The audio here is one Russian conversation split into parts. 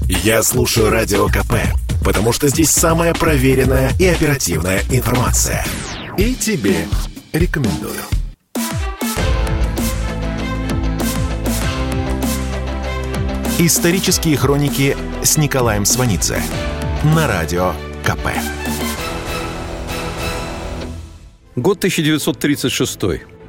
Я слушаю Радио КП, потому что здесь самая проверенная и оперативная информация. И тебе рекомендую. Исторические хроники с Николаем Сванидзе на Радио КП. Год 1936.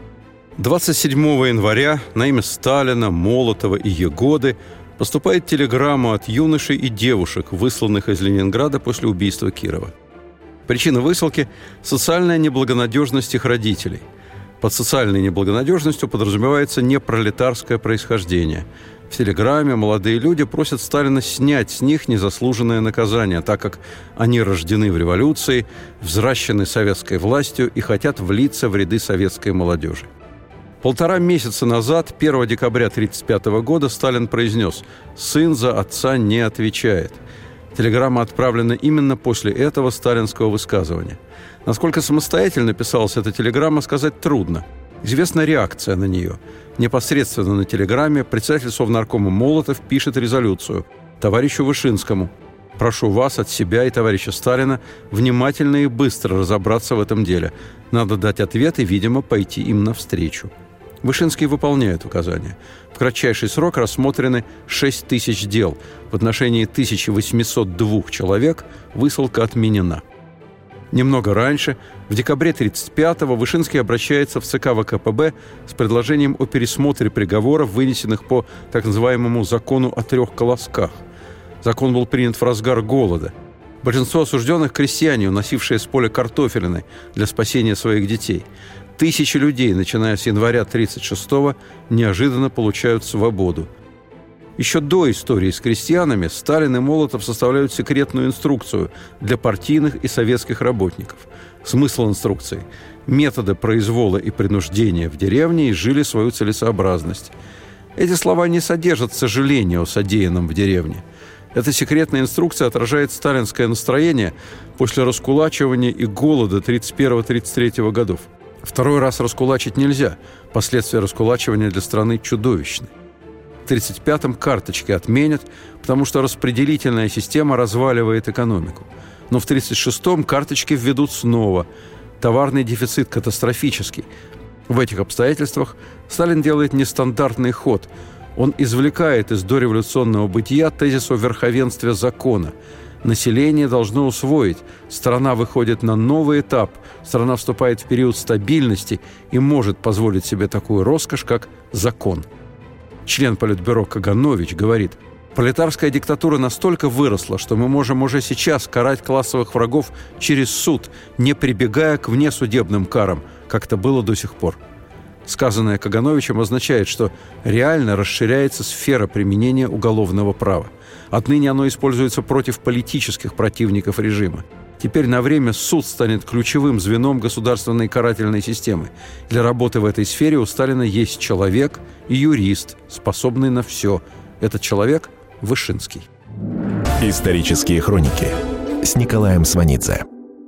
27 января на имя Сталина, Молотова и Ягоды поступает телеграмма от юношей и девушек, высланных из Ленинграда после убийства Кирова. Причина высылки – социальная неблагонадежность их родителей. Под социальной неблагонадежностью подразумевается непролетарское происхождение. В телеграмме молодые люди просят Сталина снять с них незаслуженное наказание, так как они рождены в революции, взращены советской властью и хотят влиться в ряды советской молодежи. 1,5 месяца назад, 1 декабря 1935 года, Сталин произнес: «Сын за отца не отвечает». Телеграмма отправлена именно после этого сталинского высказывания. Насколько самостоятельно писалась эта телеграмма, сказать трудно. Известна реакция на нее. Непосредственно на телеграмме председатель Совнаркома Молотов пишет резолюцию товарищу Вышинскому: «Прошу вас от себя и товарища Сталина внимательно и быстро разобраться в этом деле. Надо дать ответ и, видимо, пойти им навстречу». Вышинский выполняет указания. В кратчайший срок рассмотрены 6 тысяч дел. В отношении 1802 человек высылка отменена. Немного раньше, в декабре 1935-го, Вышинский обращается в ЦК ВКПБ с предложением о пересмотре приговоров, вынесенных по так называемому «закону о 3 колосках». Закон был принят в разгар голода. Большинство осужденных – крестьяне, уносившие с поля картофелины для спасения своих детей. Тысячи людей, начиная с января 1936-го, неожиданно получают свободу. Еще до истории с крестьянами Сталин и Молотов составляют секретную инструкцию для партийных и советских работников. Смысл инструкции – методы произвола и принуждения в деревне изжили свою целесообразность. Эти слова не содержат сожаления о содеянном в деревне. Эта секретная инструкция отражает сталинское настроение после раскулачивания и голода 1931-1933 годов. Второй раз раскулачить нельзя. Последствия раскулачивания для страны чудовищны. В 1935-м карточки отменят, потому что распределительная система разваливает экономику. Но в 1936-м карточки введут снова. Товарный дефицит катастрофический. В этих обстоятельствах Сталин делает нестандартный ход. Он извлекает из дореволюционного бытия тезис о верховенстве закона. Население должно усвоить. Страна выходит на новый этап. Страна вступает в период стабильности и может позволить себе такую роскошь, как закон. Член Политбюро Каганович говорит: «Пролетарская диктатура настолько выросла, что мы можем уже сейчас карать классовых врагов через суд, не прибегая к внесудебным карам, как это было до сих пор». Сказанное Кагановичем означает, что реально расширяется сфера применения уголовного права. Отныне оно используется против политических противников режима. Теперь на время суд станет ключевым звеном государственной карательной системы. Для работы в этой сфере у Сталина есть человек и юрист, способный на все. Этот человек – Вышинский. Исторические хроники с Николаем Сванидзе.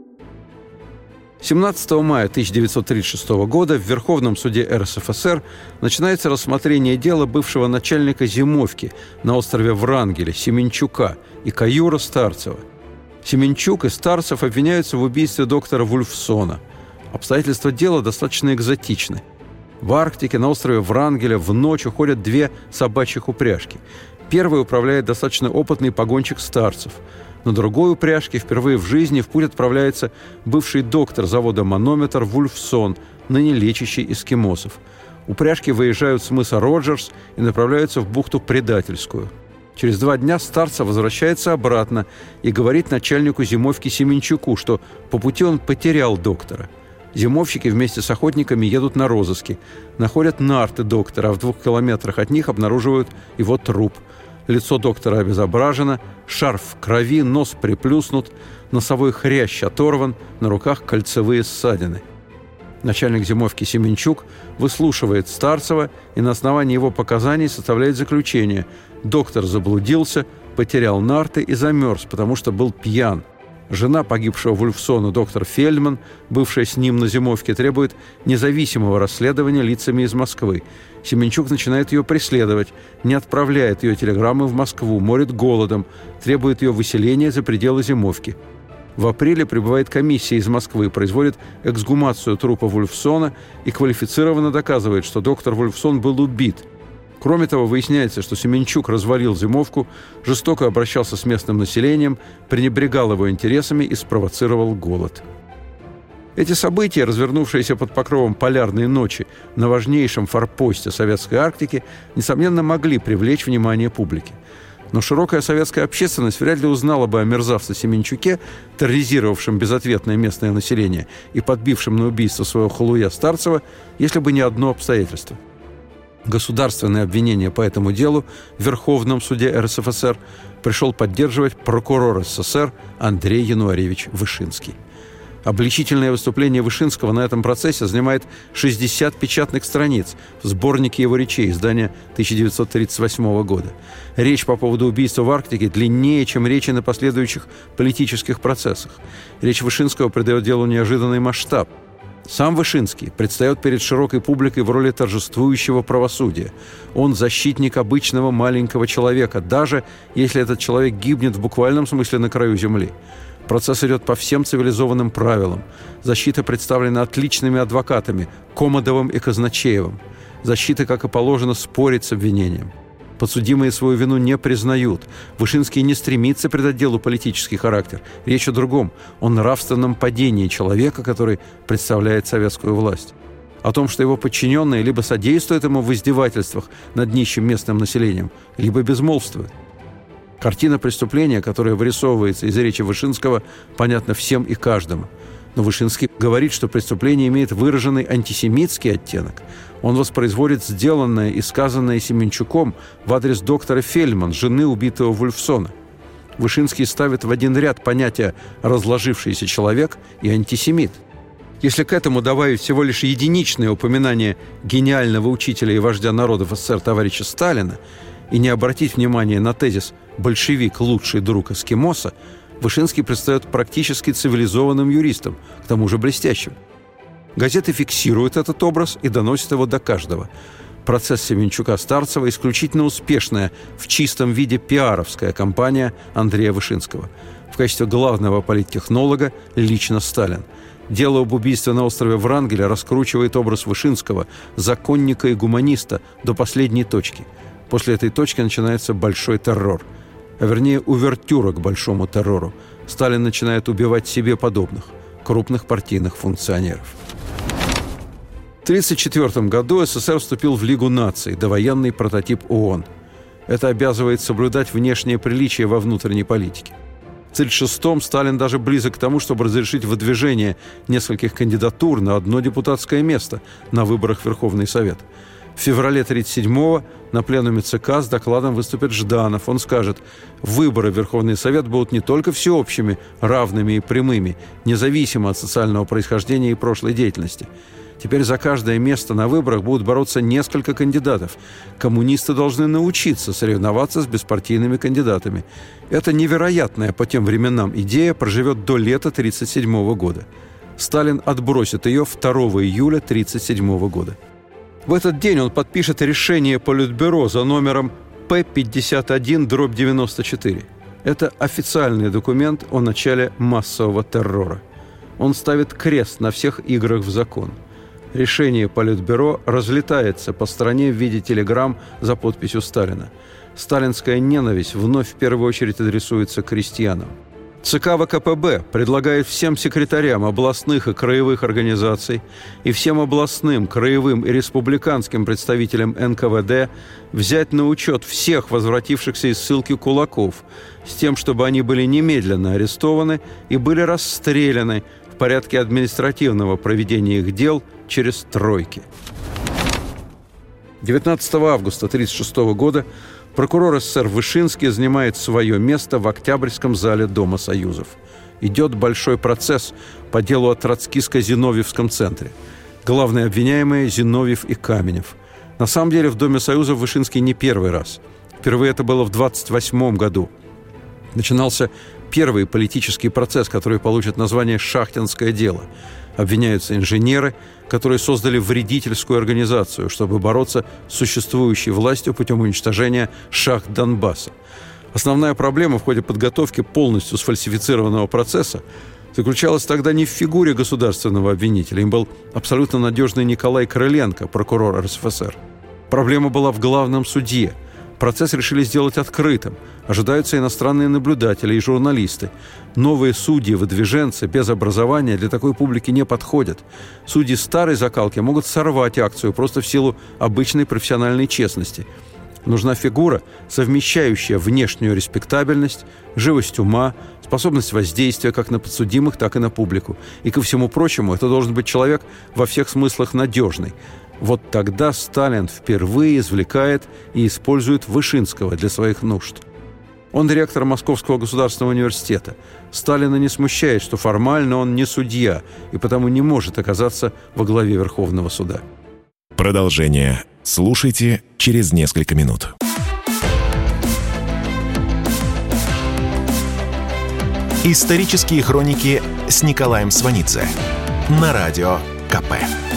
17 мая 1936 года в Верховном суде РСФСР начинается рассмотрение дела бывшего начальника зимовки на острове Врангеля Семенчука и каюра Старцева. Семенчук и Старцев обвиняются в убийстве доктора Вульфсона. Обстоятельства дела достаточно экзотичны. В Арктике на острове Врангеля в ночь уходят 2 собачьих упряжки. Первой управляет достаточно опытный погонщик Старцев. На другой упряжке впервые в жизни в путь отправляется бывший доктор завода «Манометр» Вульфсон, ныне лечащий эскимосов. Упряжки выезжают с мыса Роджерс и направляются в бухту Предательскую. Через 2 дня Старцев возвращается обратно и говорит начальнику зимовки Семенчуку, что по пути он потерял доктора. Зимовщики вместе с охотниками едут на розыски, находят нарты доктора, а в 2 километрах от них обнаруживают его труп. Лицо доктора обезображено, шарф в крови, нос приплюснут, носовой хрящ оторван, на руках кольцевые ссадины. Начальник зимовки Семенчук выслушивает Старцева и на основании его показаний составляет заключение. Доктор заблудился, потерял нарты и замерз, потому что был пьян. Жена погибшего Вульфсона, доктор Фельдман, бывшая с ним на зимовке, требует независимого расследования лицами из Москвы. Семенчук начинает ее преследовать, не отправляет ее телеграммы в Москву, морит голодом, требует ее выселения за пределы зимовки. В апреле прибывает комиссия из Москвы, производит эксгумацию трупа Вульфсона и квалифицированно доказывает, что доктор Вульфсон был убит. Кроме того, выясняется, что Семенчук развалил зимовку, жестоко обращался с местным населением, пренебрегал его интересами и спровоцировал голод. Эти события, развернувшиеся под покровом полярной ночи на важнейшем форпосте Советской Арктики, несомненно, могли привлечь внимание публики. Но широкая советская общественность вряд ли узнала бы о мерзавце Семенчуке, терроризировавшем безответное местное население и подбившем на убийство своего халуя Старцева, если бы не одно обстоятельство. Государственное обвинение по этому делу в Верховном суде РСФСР пришел поддерживать прокурор СССР Андрей Януаревич Вышинский. Обличительное выступление Вышинского на этом процессе занимает 60 печатных страниц в сборнике его речей издания 1938 года. Речь по поводу убийства в Арктике длиннее, чем речи на последующих политических процессах. Речь Вышинского придает делу неожиданный масштаб. Сам Вышинский предстает перед широкой публикой в роли торжествующего правосудия. Он защитник обычного маленького человека, даже если этот человек гибнет в буквальном смысле на краю земли. Процесс идет по всем цивилизованным правилам. Защита представлена отличными адвокатами Комодовым и Казначеевым. Защита, как и положено, спорит с обвинением. Подсудимые свою вину не признают. Вышинский не стремится придать делу политический характер. Речь о другом, о нравственном падении человека, который представляет советскую власть. О том, что его подчиненные либо содействуют ему в издевательствах над нищим местным населением, либо безмолвствуют. Картина преступления, которая вырисовывается из речи Вышинского, понятна всем и каждому. Но Вышинский говорит, что преступление имеет выраженный антисемитский оттенок. Он воспроизводит сделанное и сказанное Семенчуком в адрес доктора Фельдман, жены убитого Вульфсона. Вышинский ставит в один ряд понятия «разложившийся человек» и «антисемит». Если к этому добавить всего лишь единичное упоминание гениального учителя и вождя народов СССР товарища Сталина и не обратить внимание на тезис «большевик – лучший друг эскимоса», Вышинский предстает практически цивилизованным юристом, к тому же блестящим. Газеты фиксируют этот образ и доносят его до каждого. Процесс Семенчука-Старцева – исключительно успешная, в чистом виде пиаровская кампания Андрея Вышинского. В качестве главного политтехнолога лично Сталин. Дело об убийстве на острове Врангеля раскручивает образ Вышинского, законника и гуманиста, до последней точки. После этой точки начинается большой террор. А вернее, увертюра к большому террору. Сталин начинает убивать себе подобных, крупных партийных функционеров. В 1934 году СССР вступил в Лигу наций, довоенный прототип ООН. Это обязывает соблюдать внешнее приличие во внутренней политике. В 1936-м Сталин даже близок к тому, чтобы разрешить выдвижение нескольких кандидатур на одно депутатское место на выборах в Верховный Совет. В феврале 1937-го на пленуме ЦК с докладом выступит Жданов. Он скажет: выборы в Верховный Совет будут не только всеобщими, равными и прямыми, независимо от социального происхождения и прошлой деятельности. Теперь за каждое место на выборах будут бороться несколько кандидатов. Коммунисты должны научиться соревноваться с беспартийными кандидатами. Эта невероятная по тем временам идея проживет до лета 1937 года. Сталин отбросит ее 2 июля 1937 года. В этот день он подпишет решение Политбюро за номером П-51/94. Это официальный документ о начале массового террора. Он ставит крест на всех играх в закон. Решение Политбюро разлетается по стране в виде телеграмм за подписью Сталина. Сталинская ненависть вновь в первую очередь адресуется крестьянам. ЦК ВКПБ предлагает всем секретарям областных и краевых организаций и всем областным, краевым и республиканским представителям НКВД взять на учет всех возвратившихся из ссылки кулаков с тем, чтобы они были немедленно арестованы и были расстреляны в порядке административного проведения их дел через тройки. 19 августа 1936 года прокурор СССР Вышинский занимает свое место в Октябрьском зале Дома Союзов. Идет большой процесс по делу о Троцкиско-Зиновьевском центре. Главные обвиняемые – Зиновьев и Каменев. На самом деле в Доме Союзов Вышинский не первый раз. Впервые это было в 1928 году. Начинался первый политический процесс, который получит название «Шахтинское дело». Обвиняются инженеры, которые создали вредительскую организацию, чтобы бороться с существующей властью путем уничтожения шахт Донбасса. Основная проблема в ходе подготовки полностью сфальсифицированного процесса заключалась тогда не в фигуре государственного обвинителя. Им был абсолютно надежный Николай Крыленко, прокурор РСФСР. Проблема была в главном судье. Процесс решили сделать открытым. Ожидаются иностранные наблюдатели и журналисты. Новые судьи-выдвиженцы без образования для такой публики не подходят. Судьи старой закалки могут сорвать акцию просто в силу обычной профессиональной честности. Нужна фигура, совмещающая внешнюю респектабельность, живость ума, способность воздействия как на подсудимых, так и на публику. И, ко всему прочему, это должен быть человек во всех смыслах надежный. Вот тогда Сталин впервые извлекает и использует Вышинского для своих нужд. Он ректор Московского государственного университета. Сталина не смущает, что формально он не судья и потому не может оказаться во главе Верховного суда. Продолжение слушайте через несколько минут. Исторические хроники с Николаем Сванидзе на Радио КП.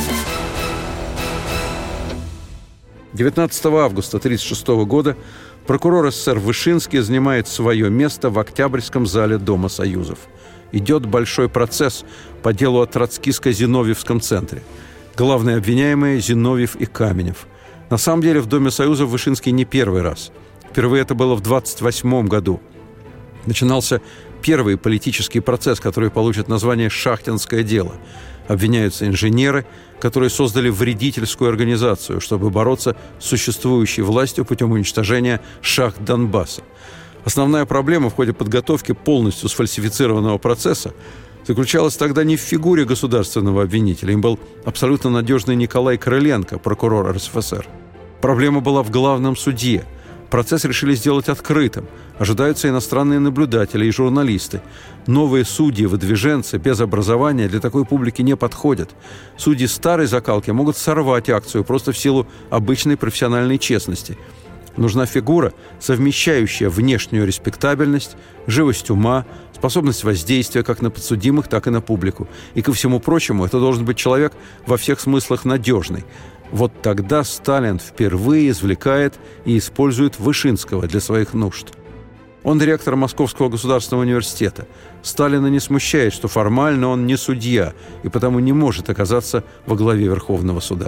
19 августа 1936 года прокурор СССР Вышинский занимает свое место в Октябрьском зале Дома Союзов. Идет большой процесс по делу о Троцкистско-Зиновьевском центре. Главные обвиняемые – Зиновьев и Каменев. На самом деле в Доме Союзов Вышинский не первый раз. Впервые это было в 1928 году. Начинался первый политический процесс, который получит название «Шахтинское дело». Обвиняются инженеры, которые создали вредительскую организацию, чтобы бороться с существующей властью путем уничтожения шахт Донбасса. Основная проблема в ходе подготовки полностью сфальсифицированного процесса заключалась тогда не в фигуре государственного обвинителя. Им был абсолютно надежный Николай Крыленко, прокурор РСФСР. Проблема была в главном судье. Процесс решили сделать открытым. Ожидаются иностранные наблюдатели и журналисты. Новые судьи-выдвиженцы без образования для такой публики не подходят. Судьи старой закалки могут сорвать акцию просто в силу обычной профессиональной честности. Нужна фигура, совмещающая внешнюю респектабельность, живость ума, способность воздействия как на подсудимых, так и на публику. И, ко всему прочему, это должен быть человек во всех смыслах надежный. Вот тогда Сталин впервые извлекает и использует Вышинского для своих нужд. Он ректор Московского государственного университета. Сталина не смущает, что формально он не судья и потому не может оказаться во главе Верховного суда.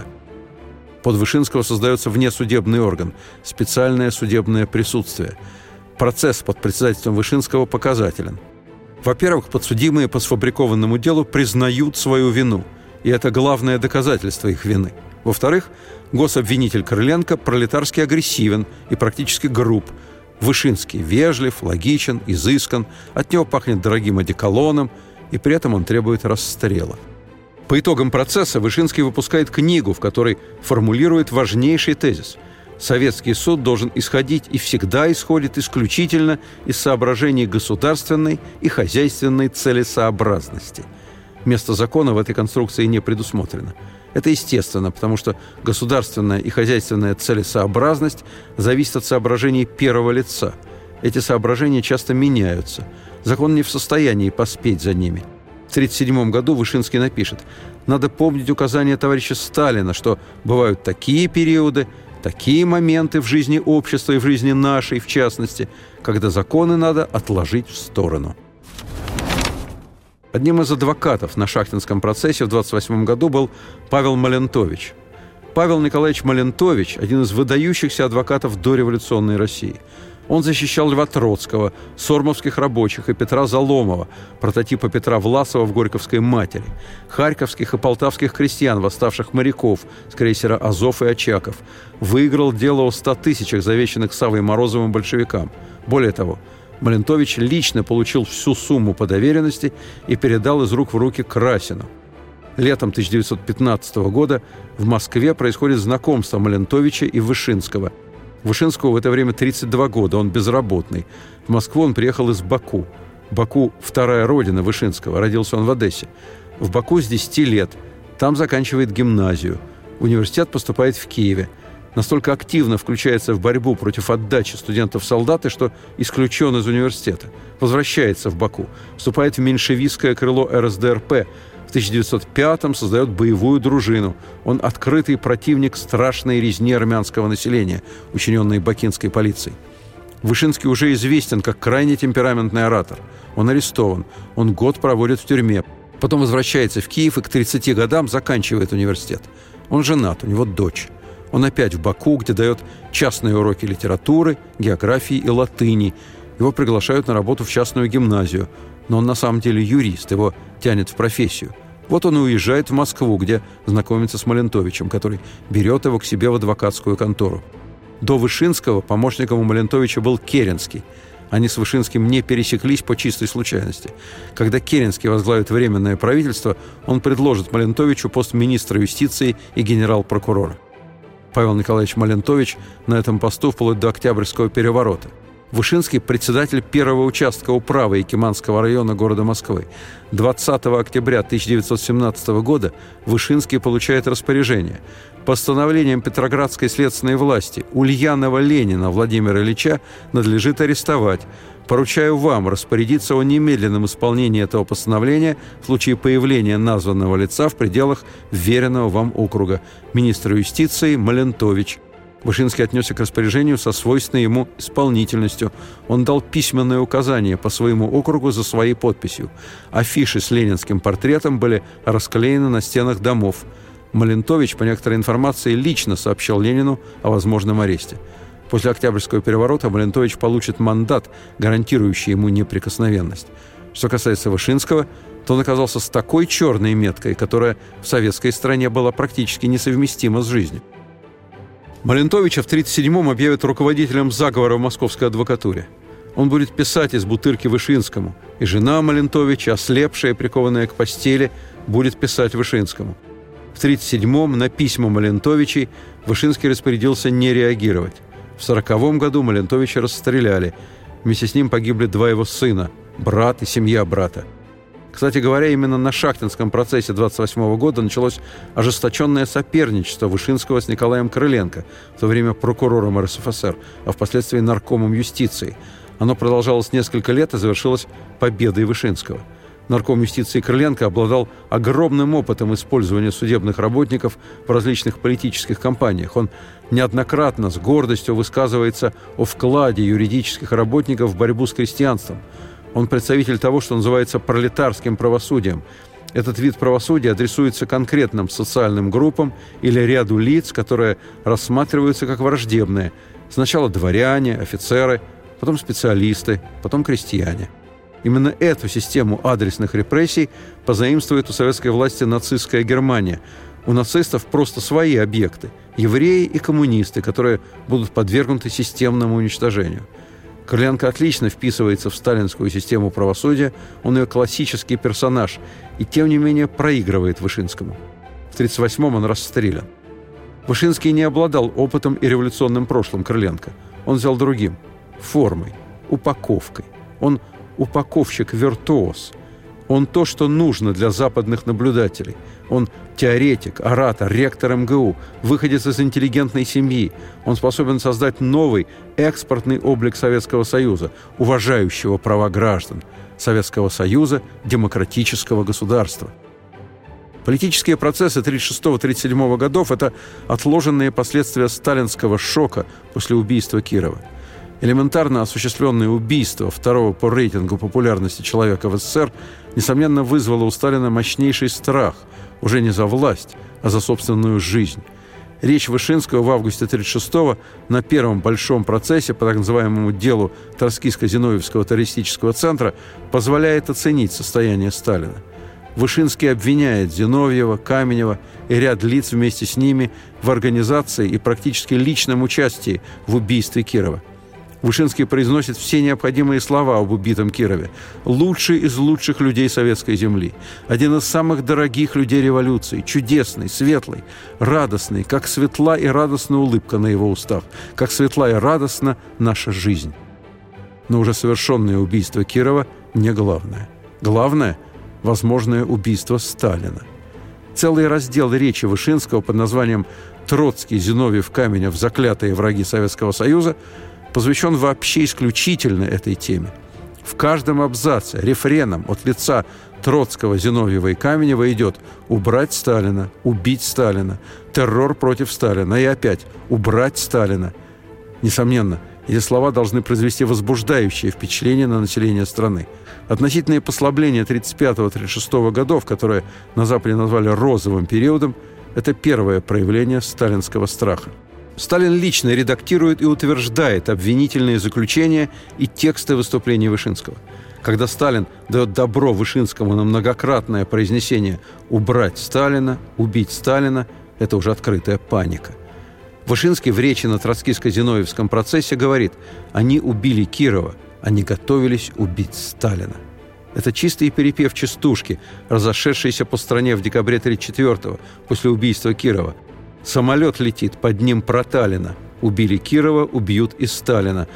Под Вышинского создается внесудебный орган – специальное судебное присутствие. Процесс под председательством Вышинского показателен. Во-первых, подсудимые по сфабрикованному делу признают свою вину, и это главное доказательство их вины. Во-вторых, гособвинитель Крыленко пролетарски агрессивен и практически груб. Вышинский вежлив, логичен, изыскан, от него пахнет дорогим одеколоном, и при этом он требует расстрела. По итогам процесса Вышинский выпускает книгу, в которой формулирует важнейший тезис. Советский суд должен исходить и всегда исходит исключительно из соображений государственной и хозяйственной целесообразности. Место закона в этой конструкции не предусмотрено. Это естественно, потому что государственная и хозяйственная целесообразность зависит от соображений первого лица. Эти соображения часто меняются. Закон не в состоянии поспеть за ними. В 1937 году Вышинский напишет: «Надо помнить указания товарища Сталина, что бывают такие периоды, такие моменты в жизни общества и в жизни нашей, в частности, когда законы надо отложить в сторону». Одним из адвокатов на Шахтинском процессе в 1928 году был Павел Малентович. Павел Николаевич Малентович – один из выдающихся адвокатов дореволюционной России. Он защищал Льва Троцкого, сормовских рабочих и Петра Заломова, прототипа Петра Власова в «Горьковской матери», харьковских и полтавских крестьян, восставших моряков с крейсера «Азов» и «Очаков». Выиграл дело о 100 тысячах, завещанных Саввой Морозовым большевикам. Более того, Малентович лично получил всю сумму по доверенности и передал из рук в руки Красину. Летом 1915 года в Москве происходит знакомство Малентовича и Вышинского. Вышинскому в это время 32 года, он безработный. В Москву он приехал из Баку. Баку – вторая родина Вышинского, родился он в Одессе. В Баку с 10 лет, там заканчивает гимназию. В университет поступает в Киеве. настолько активно включается в борьбу против отдачи студентов в солдаты, что исключен из университета, возвращается в Баку, вступает в меньшевистское крыло РСДРП, в 1905-м создает боевую дружину. Он открытый противник страшной резни армянского населения, учиненной бакинской полицией. Вышинский уже известен как крайне темпераментный оратор. Он арестован, он год проводит в тюрьме, потом возвращается в Киев и к 30 годам заканчивает университет. Он женат, у него дочь. Он опять в Баку, где дает частные уроки литературы, географии и латыни. Его приглашают на работу в частную гимназию. Но он на самом деле юрист, его тянет в профессию. Вот он и уезжает в Москву, где знакомится с Малентовичем, который берет его к себе в адвокатскую контору. До Вышинского помощником у Малентовича был Керенский. Они с Вышинским не пересеклись по чистой случайности. Когда Керенский возглавит Временное правительство, он предложит Малентовичу пост министра юстиции и генерал-прокурора. Павел Николаевич Малентович на этом посту вплоть до Октябрьского переворота. Вышинский – председатель первого участка управы Якиманского района города Москвы. 20 октября 1917 года Вышинский получает распоряжение. Постановлением Петроградской следственной власти Ульянова Ленина Владимира Ильича надлежит арестовать. Поручаю вам распорядиться о немедленном исполнении этого постановления в случае появления названного лица в пределах вверенного вам округа. Министр юстиции Малентович. Вышинский отнесся к распоряжению со свойственной ему исполнительностью. Он дал письменное указание по своему округу за своей подписью. Афиши с ленинским портретом были расклеены на стенах домов. Малентович, по некоторой информации, лично сообщал Ленину о возможном аресте. После Октябрьского переворота Малентович получит мандат, гарантирующий ему неприкосновенность. Что касается Вышинского, то он оказался с такой черной меткой, которая в советской стране была практически несовместима с жизнью. Малентовича в 1937-м объявят руководителем заговора в московской адвокатуре. Он будет писать из бутырки Вышинскому, и жена Малентовича, ослепшая и прикованная к постели, будет писать Вышинскому. В 1937-м на письма Малентовичей Вышинский распорядился не реагировать. В 1940 году Малентовича расстреляли. Вместе с ним погибли 2 его сына, брат и семья брата. Кстати говоря, именно на Шахтинском процессе 1928 года началось ожесточенное соперничество Вышинского с Николаем Крыленко, в то время прокурором РСФСР, а впоследствии наркомом юстиции. Оно продолжалось несколько лет и завершилось победой Вышинского. Нарком юстиции Крыленко обладал огромным опытом использования судебных работников в различных политических кампаниях. Он неоднократно с гордостью высказывается о вкладе юридических работников в борьбу с крестьянством. Он представитель того, что называется пролетарским правосудием. Этот вид правосудия адресуется конкретным социальным группам или ряду лиц, которые рассматриваются как враждебные. Сначала дворяне, офицеры, потом специалисты, потом крестьяне. Именно эту систему адресных репрессий позаимствует у советской власти нацистская Германия. У нацистов просто свои объекты – евреи и коммунисты, которые будут подвергнуты системному уничтожению. Крыленко отлично вписывается в сталинскую систему правосудия, он ее классический персонаж, и тем не менее проигрывает Вышинскому. В 1938-м он расстрелян. Вышинский не обладал опытом и революционным прошлым Крыленко. Он взял другим – формой, упаковкой. Он упаковщик-виртуоз. Он то, что нужно для западных наблюдателей. Он теоретик, оратор, ректор МГУ, выходец из интеллигентной семьи. Он способен создать новый экспортный облик Советского Союза, уважающего права граждан. Советского Союза – демократического государства. Политические процессы 1936-1937 годов – это отложенные последствия сталинского шока после убийства Кирова. Элементарно осуществленное убийство второго по рейтингу популярности человека в СССР, несомненно, вызвало у Сталина мощнейший страх уже не за власть, а за собственную жизнь. Речь Вышинского в августе 1936-го на первом большом процессе по так называемому делу Троцкийско-Зиновьевского террористического центра позволяет оценить состояние Сталина. Вышинский обвиняет Зиновьева, Каменева и ряд лиц вместе с ними в организации и практически личном участии в убийстве Кирова. Вышинский произносит все необходимые слова об убитом Кирове. Лучший из лучших людей советской земли. Один из самых дорогих людей революции. Чудесный, светлый, радостный. Как светла и радостна улыбка на его устах. Как светла и радостна наша жизнь. Но уже совершенное убийство Кирова не главное. Главное – возможное убийство Сталина. Целый раздел речи Вышинского под названием Троцкий, Зиновьев, Каменев – заклятые враги Советского Союза, посвящен вообще исключительно этой теме. В каждом абзаце рефреном от лица Троцкого, Зиновьева и Каменева идет «убрать Сталина», «убить Сталина», «террор против Сталина» и опять «убрать Сталина». Несомненно, эти слова должны произвести возбуждающее впечатление на население страны. Относительные послабления 1935-1936 годов, которые на Западе назвали «розовым периодом», это первое проявление сталинского страха. Сталин лично редактирует и утверждает обвинительные заключения и тексты выступлений Вышинского. Когда Сталин дает добро Вышинскому на многократное произнесение «убрать Сталина», «убить Сталина», это уже открытая паника. Вышинский в речи на троцкистско-зиновьевском процессе говорит: «Они убили Кирова, они готовились убить Сталина». Это чистый перепев частушки, разошедшийся по стране в декабре 1934-го, после убийства Кирова. Самолет летит, под ним Проталина. Убили Кирова, убьют и Сталина.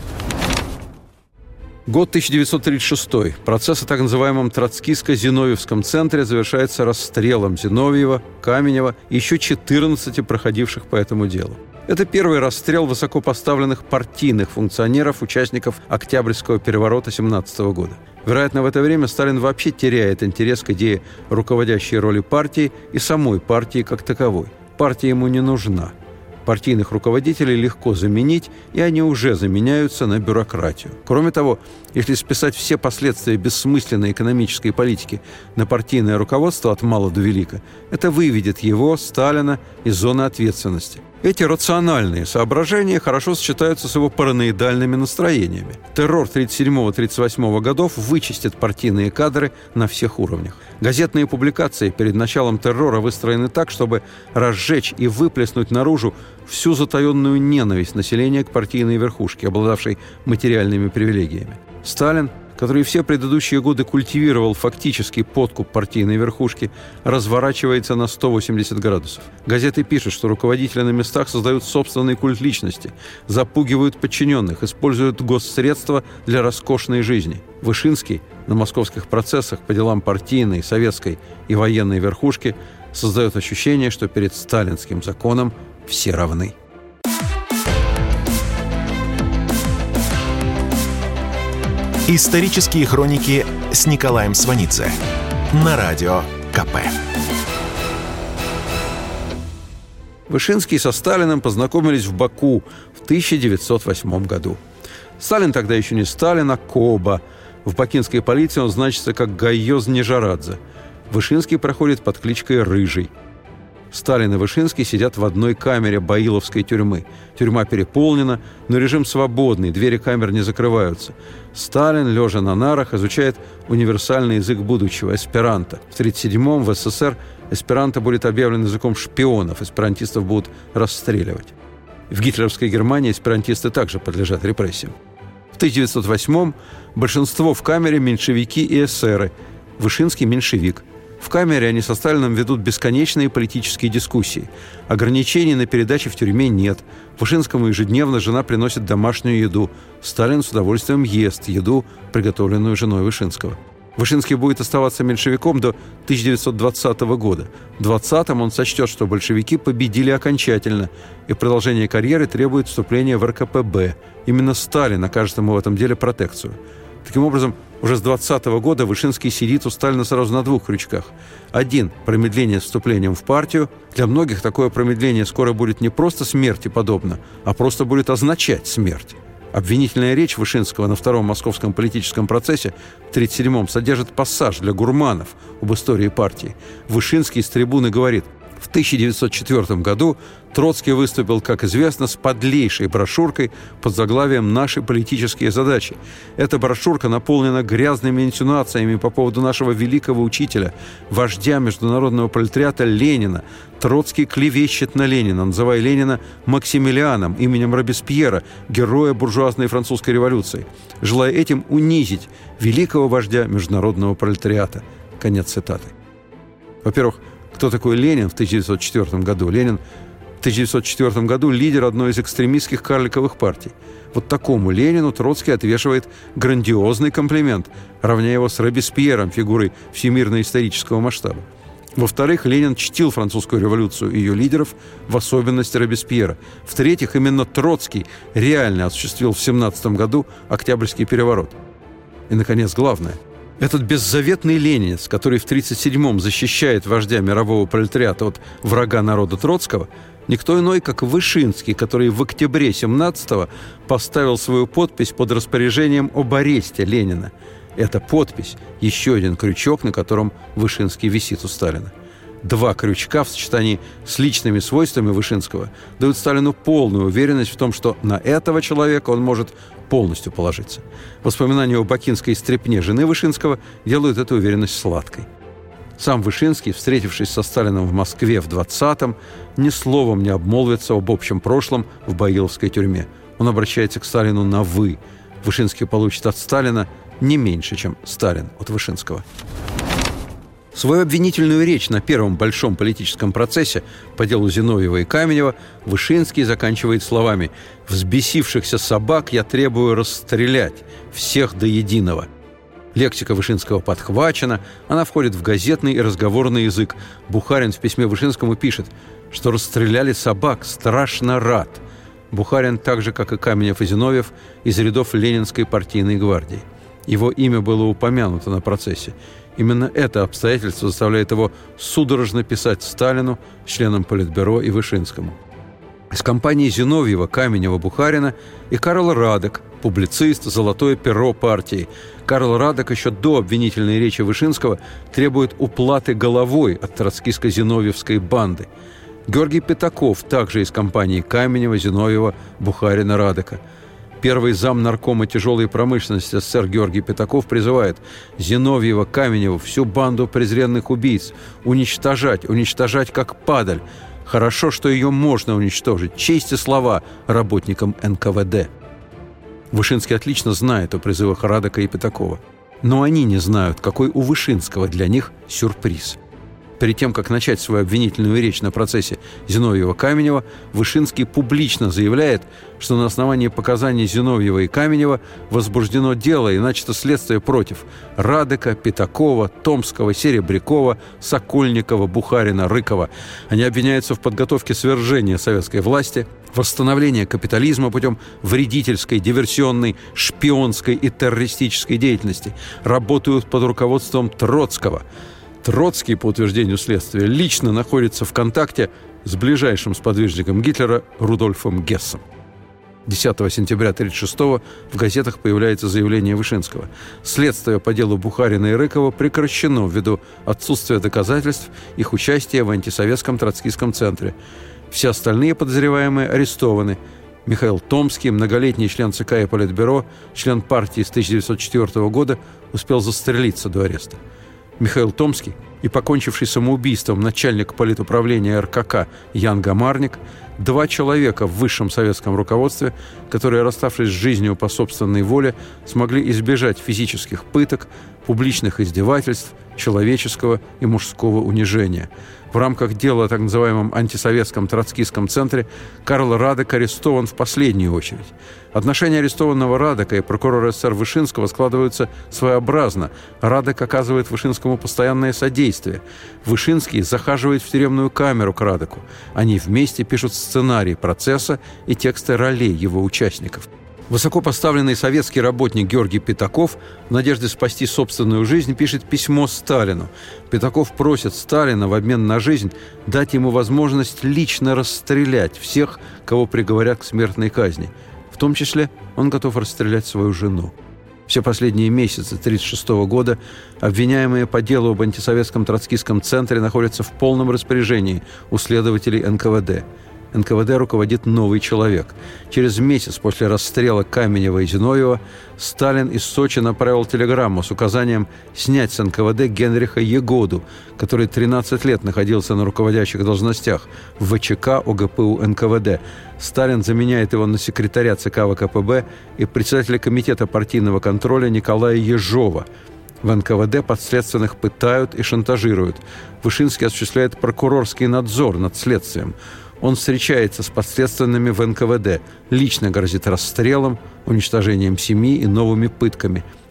Год 1936. Процесс о так называемом Троцкистско-Зиновьевском центре завершается расстрелом Зиновьева, Каменева и еще 14 проходивших по этому делу. Это первый расстрел высокопоставленных партийных функционеров, участников Октябрьского переворота 1917 года. Вероятно, в это время Сталин вообще теряет интерес к идее руководящей роли партии и самой партии как таковой. Партия ему не нужна. Партийных руководителей легко заменить, и они уже заменяются на бюрократию. Кроме того, если списать все последствия бессмысленной экономической политики на партийное руководство от мала до велика, это выведет его, Сталина, из зоны ответственности. Эти рациональные соображения хорошо сочетаются с его параноидальными настроениями. Террор 1937-1938 годов вычистит партийные кадры на всех уровнях. Газетные публикации перед началом террора выстроены так, чтобы разжечь и выплеснуть наружу всю затаенную ненависть населения к партийной верхушке, обладавшей материальными привилегиями. Сталин, который все предыдущие годы культивировал фактический подкуп партийной верхушки, разворачивается на 180 градусов. Газеты пишут, что руководители на местах создают собственный культ личности, запугивают подчиненных, используют госсредства для роскошной жизни. Вышинский на московских процессах по делам партийной, советской и военной верхушки создает ощущение, что перед сталинским законом все равны. Исторические хроники с Николаем Сванидзе на Радио КП. Вышинский со Сталиным познакомились в Баку в 1908 году. Сталин тогда еще не Сталин, а Коба. В бакинской полиции он значится как Гайоз Нижарадзе. Вышинский проходит под кличкой Рыжий. Сталин и Вышинский сидят в одной камере Баиловской тюрьмы. Тюрьма переполнена, но режим свободный, двери камер не закрываются. Сталин, лежа на нарах, изучает универсальный язык будущего – эсперанто. В 1937-м в СССР эсперанто будет объявлен языком шпионов, эсперантистов будут расстреливать. В гитлеровской Германии эсперантисты также подлежат репрессиям. В 1908-м большинство в камере – меньшевики и эсеры. Вышинский – меньшевик. В камере они со Сталиным ведут бесконечные политические дискуссии. Ограничений на передачи в тюрьме нет. Вышинскому ежедневно жена приносит домашнюю еду. Сталин с удовольствием ест еду, приготовленную женой Вышинского. Вышинский будет оставаться меньшевиком до 1920 года. В 20-м он сочтет, что большевики победили окончательно, и продолжение карьеры требует вступления в РКПБ. Именно Сталин окажет ему в этом деле протекцию. Таким образом, уже с 20-го года Вышинский сидит у Сталина сразу на двух крючках. Один – промедление с вступлением в партию. Для многих такое промедление скоро будет не просто смерти подобно, а просто будет означать смерть. Обвинительная речь Вышинского на втором московском политическом процессе в 1937-м содержит пассаж для гурманов об истории партии. Вышинский с трибуны говорит: в 1904 году Троцкий выступил, как известно, с подлейшей брошюркой под заглавием «Наши политические задачи». Эта брошюрка наполнена грязными инсинуациями по поводу нашего великого учителя, вождя международного пролетариата Ленина. Троцкий клевещет на Ленина, называя Ленина Максимилианом, именем Робеспьера, героя буржуазной французской революции, желая этим унизить великого вождя международного пролетариата. Конец цитаты. Во-первых, кто такой Ленин в 1904 году? Ленин в 1904 году лидер одной из экстремистских карликовых партий. Вот такому Ленину Троцкий отвешивает грандиозный комплимент, равняя его с Робеспьером, фигурой всемирно-исторического масштаба. Во-вторых, Ленин чтил французскую революцию и ее лидеров, в особенности Робеспьера. В-третьих, именно Троцкий реально осуществил в 1917 году Октябрьский переворот. И, наконец, главное. Этот беззаветный ленинец, который в 1937-м защищает вождя мирового пролетариата от врага народа Троцкого, никто иной, как Вышинский, который в октябре 1917-го поставил свою подпись под распоряжением об аресте Ленина. Эта подпись – еще один крючок, на котором Вышинский висит у Сталина. Два крючка в сочетании с личными свойствами Вышинского дают Сталину полную уверенность в том, что на этого человека он может полностью положиться. Воспоминания о бакинской стряпне жены Вышинского делают эту уверенность сладкой. Сам Вышинский, встретившись со Сталином в Москве в 20-м, ни словом не обмолвится об общем прошлом в Баиловской тюрьме. Он обращается к Сталину на «вы». Вышинский получит от Сталина не меньше, чем Сталин от Вышинского. Свою обвинительную речь на первом большом политическом процессе по делу Зиновьева и Каменева Вышинский заканчивает словами: «Взбесившихся собак я требую расстрелять, всех до единого». Лексика Вышинского подхвачена, она входит в газетный и разговорный язык. Бухарин в письме Вышинскому пишет, что расстреляли собак, страшно рад. Бухарин, так же, как и Каменев и Зиновьев, из рядов Ленинской партийной гвардии. Его имя было упомянуто на процессе. Именно это обстоятельство заставляет его судорожно писать Сталину, членам Политбюро и Вышинскому. Из компании Зиновьева, Каменева, Бухарина и Карл Радек, публицист, золотое перо партии. Карл Радек еще до обвинительной речи Вышинского требует уплаты головой от троцкистско-зиновьевской банды. Георгий Пятаков, также из компании Каменева, Зиновьева, Бухарина, Радека. Первый зам наркома тяжелой промышленности СССР Георгий Пятаков призывает Зиновьева, Каменева, всю банду презренных убийц уничтожать как падаль. Хорошо, что ее можно уничтожить. Честь и слава работникам НКВД. Вышинский отлично знает о призывах Радека и Пятакова. Но они не знают, какой у Вышинского для них сюрприз. Перед тем, как начать свою обвинительную речь на процессе Зиновьева-Каменева, Вышинский публично заявляет, что на основании показаний Зиновьева и Каменева возбуждено дело и начато следствие против Радека, Пятакова, Томского, Серебрякова, Сокольникова, Бухарина, Рыкова. Они обвиняются в подготовке свержения советской власти, восстановления капитализма путем вредительской, диверсионной, шпионской и террористической деятельности, работают под руководством Троцкого. Троцкий, по утверждению следствия, лично находится в контакте с ближайшим сподвижником Гитлера Рудольфом Гессом. 10 сентября 1936 в газетах появляется заявление Вышинского. Следствие по делу Бухарина и Рыкова прекращено ввиду отсутствия доказательств их участия в антисоветском троцкистском центре. Все остальные подозреваемые арестованы. Михаил Томский, многолетний член ЦК и Политбюро, член партии с 1904 года, успел застрелиться до ареста. Михаил Томский и покончивший самоубийством начальник политуправления РКК Ян Гамарник – два человека в высшем советском руководстве, которые, расставшись с жизнью по собственной воле, смогли избежать физических пыток, публичных издевательств, человеческого и мужского унижения. В рамках дела о так называемом антисоветском троцкистском центре Карл Радек арестован в последнюю очередь. Отношения арестованного Радека и прокурора СССР Вышинского складываются своеобразно. Радек оказывает Вышинскому постоянное содействие. Вышинский захаживает в тюремную камеру к Радеку. Они вместе пишут сценарий процесса и тексты ролей его участников. Высокопоставленный советский работник Георгий Пятаков в надежде спасти собственную жизнь пишет письмо Сталину. Пятаков просит Сталина в обмен на жизнь дать ему возможность лично расстрелять всех, кого приговорят к смертной казни. В том числе он готов расстрелять свою жену. Все последние месяцы 1936 года обвиняемые по делу об антисоветском троцкистском центре находятся в полном распоряжении у следователей НКВД. НКВД руководит новый человек. Через месяц после расстрела Каменева и Зиновьева Сталин из Сочи направил телеграмму с указанием снять с НКВД Генриха Егоду, который 13 лет находился на руководящих должностях в ВЧК ОГПУ НКВД. Сталин заменяет его на секретаря ЦК ВКПБ и председателя комитета партийного контроля Николая Ежова. В НКВД подследственных пытают и шантажируют. Вышинский осуществляет прокурорский надзор над следствием. Он встречается с подследственными в НКВД, лично грозит расстрелом, уничтожением семьи и новыми пытками.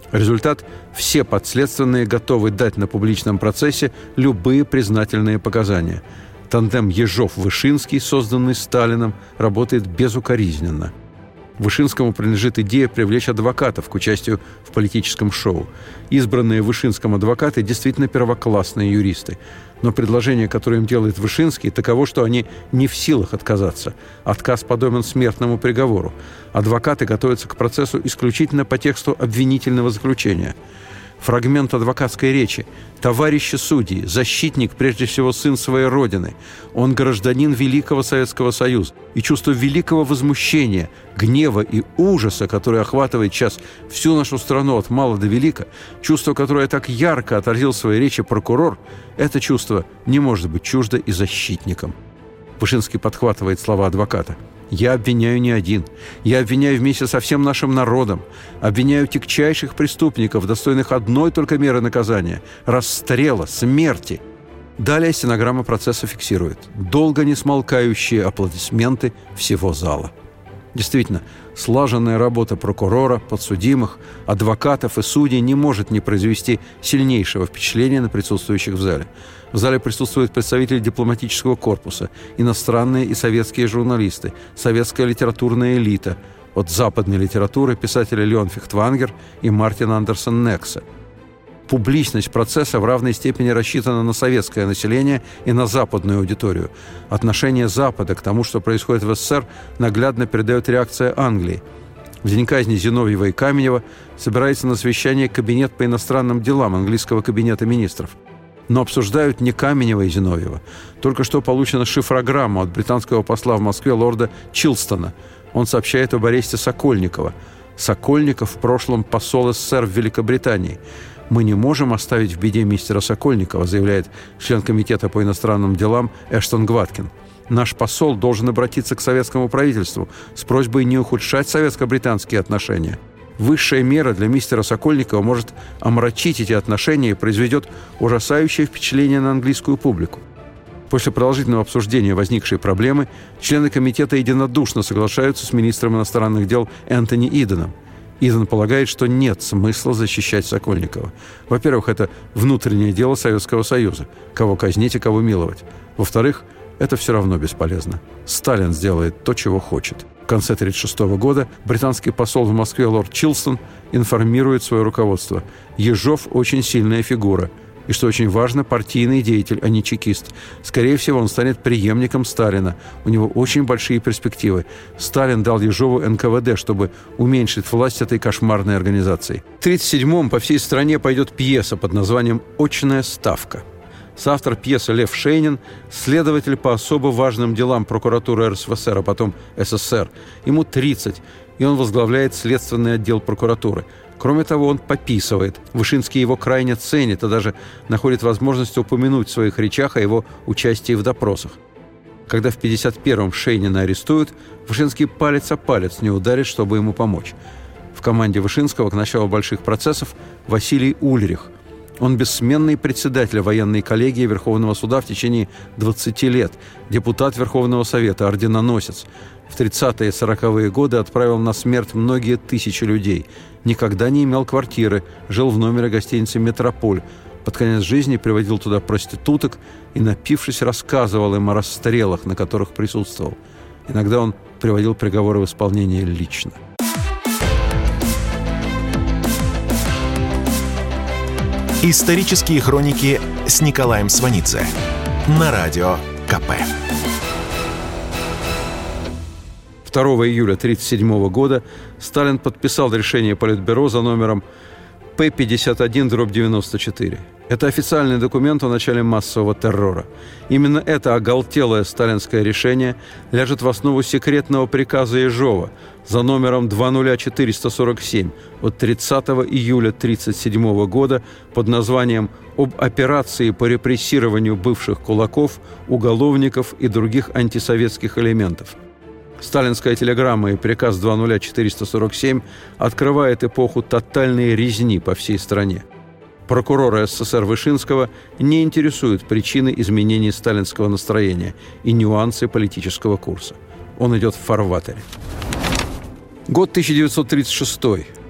Результат – все подследственные готовы дать на публичном процессе любые признательные показания. Тандем Ежов-Вышинский, созданный Сталином, работает безукоризненно. Вышинскому принадлежит идея привлечь адвокатов к участию в политическом шоу. Избранные Вышинским адвокаты действительно первоклассные юристы. Но предложение, которое им делает Вышинский, таково, что они не в силах отказаться. Отказ подобен смертному приговору. Адвокаты готовятся к процессу исключительно по тексту обвинительного заключения. Фрагмент адвокатской речи. «Товарищи судьи, защитник, прежде всего, сын своей Родины. Он гражданин Великого Советского Союза. И чувство великого возмущения, гнева и ужаса, которое охватывает сейчас всю нашу страну от мала до велика, чувство, которое так ярко отразил в своей речи прокурор, это чувство не может быть чуждо и защитникам». Вышинский подхватывает слова адвоката. «Я обвиняю не один. Я обвиняю вместе со всем нашим народом. Обвиняю тягчайших преступников, достойных одной только меры наказания – расстрела, смерти». Далее стенограмма процесса фиксирует долго не смолкающие аплодисменты всего зала. Действительно, слаженная работа прокурора, подсудимых, адвокатов и судей не может не произвести сильнейшего впечатления на присутствующих в зале. В зале присутствуют представители дипломатического корпуса, иностранные и советские журналисты, советская литературная элита, от западной литературы писатели Леон Фихтвангер и Мартин Андерсон Нексе. Публичность процесса в равной степени рассчитана на советское население и на западную аудиторию. Отношение Запада к тому, что происходит в СССР, наглядно передает реакция Англии. В день казни Зиновьева и Каменева собирается на совещание кабинет по иностранным делам английского кабинета министров. Но обсуждают не Каменева и Зиновьева. Только что получена шифрограмма от британского посла в Москве лорда Чилстона. Он сообщает об аресте Сокольникова. Сокольников в прошлом посол СССР в Великобритании. «Мы не можем оставить в беде мистера Сокольникова», заявляет член комитета по иностранным делам Эштон Гваткин. «Наш посол должен обратиться к советскому правительству с просьбой не ухудшать советско-британские отношения. Высшая мера для мистера Сокольникова может омрачить эти отношения и произведет ужасающее впечатление на английскую публику». После продолжительного обсуждения возникшей проблемы члены комитета единодушно соглашаются с министром иностранных дел Энтони Иденом. Иден полагает, что нет смысла защищать Сокольникова. Во-первых, это внутреннее дело Советского Союза. Кого казнить и кого миловать. Во-вторых, это все равно бесполезно. Сталин сделает то, чего хочет. В конце 1936 года британский посол в Москве лорд Чилстон информирует свое руководство. Ежов очень сильная фигура. И, что очень важно, партийный деятель, а не чекист. Скорее всего, он станет преемником Сталина. У него очень большие перспективы. Сталин дал Ежову НКВД, чтобы уменьшить власть этой кошмарной организации. В 1937-м по всей стране пойдет пьеса под названием «Очная ставка». Соавтор пьесы Лев Шейнин – следователь по особо важным делам прокуратуры РСФСР, а потом СССР. Ему 30, и он возглавляет следственный отдел прокуратуры. Кроме того, он пописывает. Вышинский его крайне ценит и даже находит возможность упомянуть в своих речах о его участии в допросах. Когда в 1951-м Шейнина арестуют, Вышинский палец о палец не ударит, чтобы ему помочь. В команде Вышинского к началу больших процессов Василий Ульрих. Он бессменный председатель военной коллегии Верховного суда в течение 20 лет, депутат Верховного Совета, орденоносец. В 30-е и 40-е годы отправил на смерть многие тысячи людей. Никогда не имел квартиры, жил в номере гостиницы «Метрополь». Под конец жизни приводил туда проституток и, напившись, рассказывал им о расстрелах, на которых присутствовал. Иногда он приводил приговоры в исполнение лично. Исторические хроники с Николаем Сванидзе на Радио КП. 2 июля 1937 года Сталин подписал решение Политбюро за номером П-51/94. Это официальный документ о начале массового террора. Именно это оголтелое сталинское решение ляжет в основу секретного приказа Ежова за номером 20447 от 30 июля 1937 года под названием «Об операции по репрессированию бывших кулаков, уголовников и других антисоветских элементов». Сталинская телеграмма и приказ 20447 открывает эпоху тотальной резни по всей стране. Прокурора СССР Вышинского не интересуют причины изменений сталинского настроения и нюансы политического курса. Он идет в фарватере. Год 1936.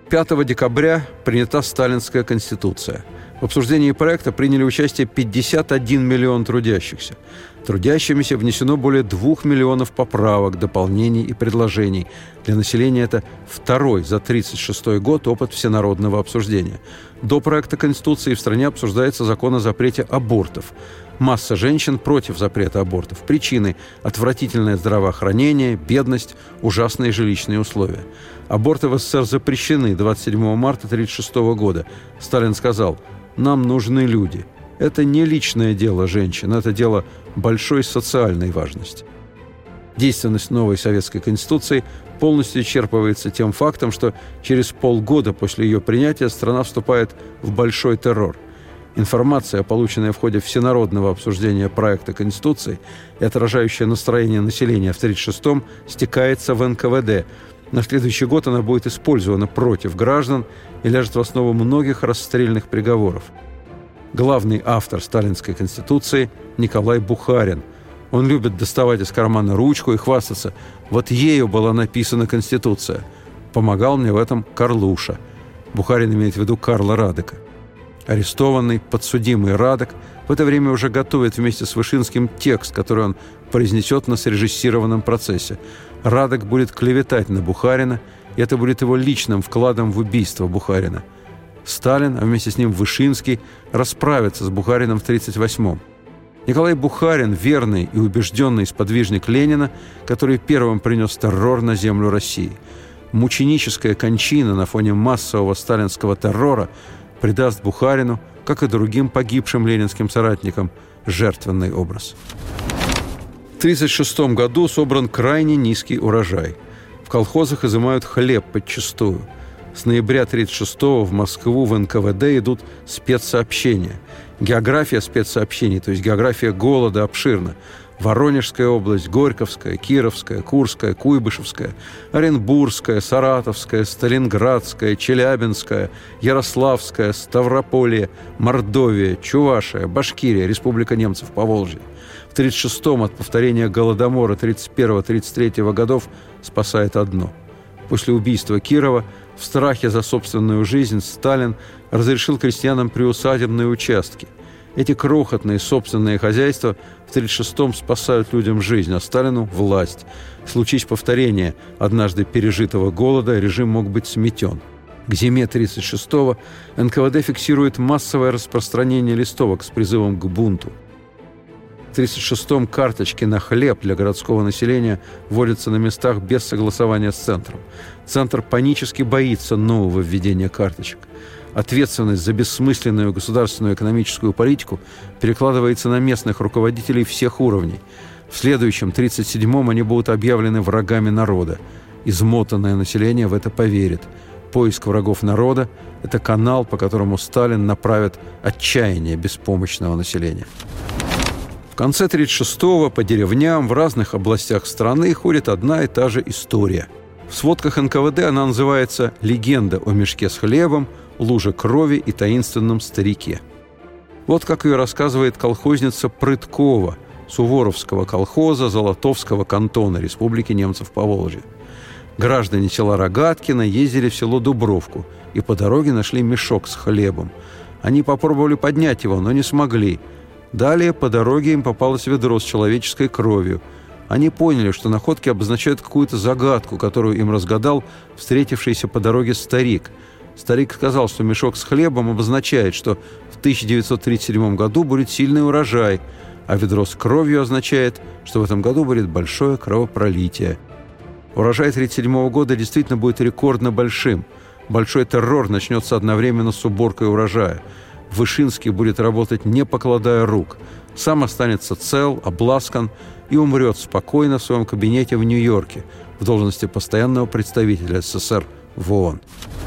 5 декабря принята Сталинская Конституция. В обсуждении проекта приняли участие 51 миллион трудящихся. Трудящимися внесено более 2 миллионов поправок, дополнений и предложений. Для населения это второй за 1936 год опыт всенародного обсуждения. До проекта Конституции в стране обсуждается закон о запрете абортов. Масса женщин против запрета абортов. Причины – отвратительное здравоохранение, бедность, ужасные жилищные условия. Аборты в СССР запрещены 27 марта 1936 года. Сталин сказал: «Нам нужны люди. Это не личное дело женщин, это дело большой социальной важности». Действенность новой Советской Конституции полностью исчерпывается тем фактом, что через полгода после ее принятия страна вступает в большой террор. Информация, полученная в ходе всенародного обсуждения проекта Конституции и отражающая настроение населения в 1936-м, стекается в НКВД. На следующий год она будет использована против граждан и ляжет в основу многих расстрельных приговоров. Главный автор Сталинской Конституции – Николай Бухарин. Он любит доставать из кармана ручку и хвастаться: «Вот ею была написана Конституция». Помогал мне в этом Карлуша. Бухарин имеет в виду Карла Радека. Арестованный, подсудимый Радек в это время уже готовит вместе с Вышинским текст, который он произнесет на срежиссированном процессе. Радек будет клеветать на Бухарина, и это будет его личным вкладом в убийство Бухарина. Сталин, а вместе с ним Вышинский, расправится с Бухарином в 1938-м. Николай Бухарин – верный и убежденный сподвижник Ленина, который первым принес террор на землю России. Мученическая кончина на фоне массового сталинского террора придаст Бухарину, как и другим погибшим ленинским соратникам, жертвенный образ. В 1936 году собран крайне низкий урожай. В колхозах изымают хлеб подчистую. С ноября 1936 в Москву в НКВД идут спецсообщения. География спецсообщений, то есть география голода, обширна. Воронежская область, Горьковская, Кировская, Курская, Куйбышевская, Оренбургская, Саратовская, Сталинградская, Челябинская, Ярославская, Ставрополье, Мордовия, Чувашия, Башкирия, Республика немцев Поволжья. В 1936-м от повторения Голодомора 1931-1933 годов спасает одно. После убийства Кирова в страхе за собственную жизнь Сталин разрешил крестьянам приусадебные участки. Эти крохотные собственные хозяйства в 1936-м спасают людям жизнь, а Сталину – власть. Случись повторение однажды пережитого голода, режим мог быть сметен. К зиме 1936-го НКВД фиксирует массовое распространение листовок с призывом к бунту. В 1936-м карточки на хлеб для городского населения вводятся на местах без согласования с Центром. Центр панически боится нового введения карточек. Ответственность за бессмысленную государственную экономическую политику перекладывается на местных руководителей всех уровней. В следующем, 1937-м, они будут объявлены врагами народа. Измотанное население в это поверит. Поиск врагов народа – это канал, по которому Сталин направит отчаяние беспомощного населения. В конце 1936-го по деревням в разных областях страны ходит одна и та же история. В сводках НКВД она называется «Легенда о мешке с хлебом», «Луже крови и таинственном старике». Вот как ее рассказывает колхозница Прыткова Суворовского колхоза Золотовского кантона Республики немцев Поволжья. Граждане села Рогаткино ездили в село Дубровку и по дороге нашли мешок с хлебом. Они попробовали поднять его, но не смогли. Далее по дороге им попалось ведро с человеческой кровью. Они поняли, что находки обозначают какую-то загадку, которую им разгадал встретившийся по дороге старик. Старик сказал, что мешок с хлебом обозначает, что в 1937 году будет сильный урожай, а ведро с кровью означает, что в этом году будет большое кровопролитие. Урожай 1937 года действительно будет рекордно большим. Большой террор начнется одновременно с уборкой урожая. Вышинский будет работать, не покладая рук. Сам останется цел, обласкан и умрет спокойно в своем кабинете в Нью-Йорке в должности постоянного представителя СССР в ООН.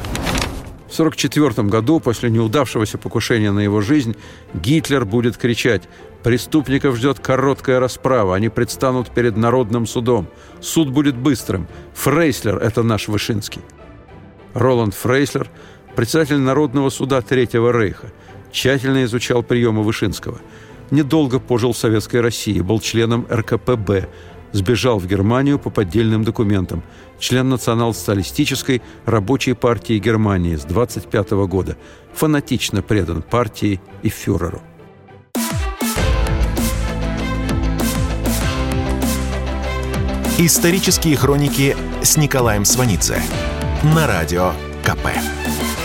В 1944 году, после неудавшегося покушения на его жизнь, Гитлер будет кричать: «Преступников ждет короткая расправа, они предстанут перед народным судом. Суд будет быстрым. Фрейслер – это наш Вышинский». Роланд Фрейслер – председатель Народного суда Третьего Рейха, тщательно изучал приемы Вышинского. Недолго пожил в Советской России, был членом РКПБ. сбежал в Германию по поддельным документам. Член Национал-социалистической рабочей партии Германии с 1925 года. Фанатично предан партии и фюреру. Исторические хроники с Николаем Сванидзе на Радио КП.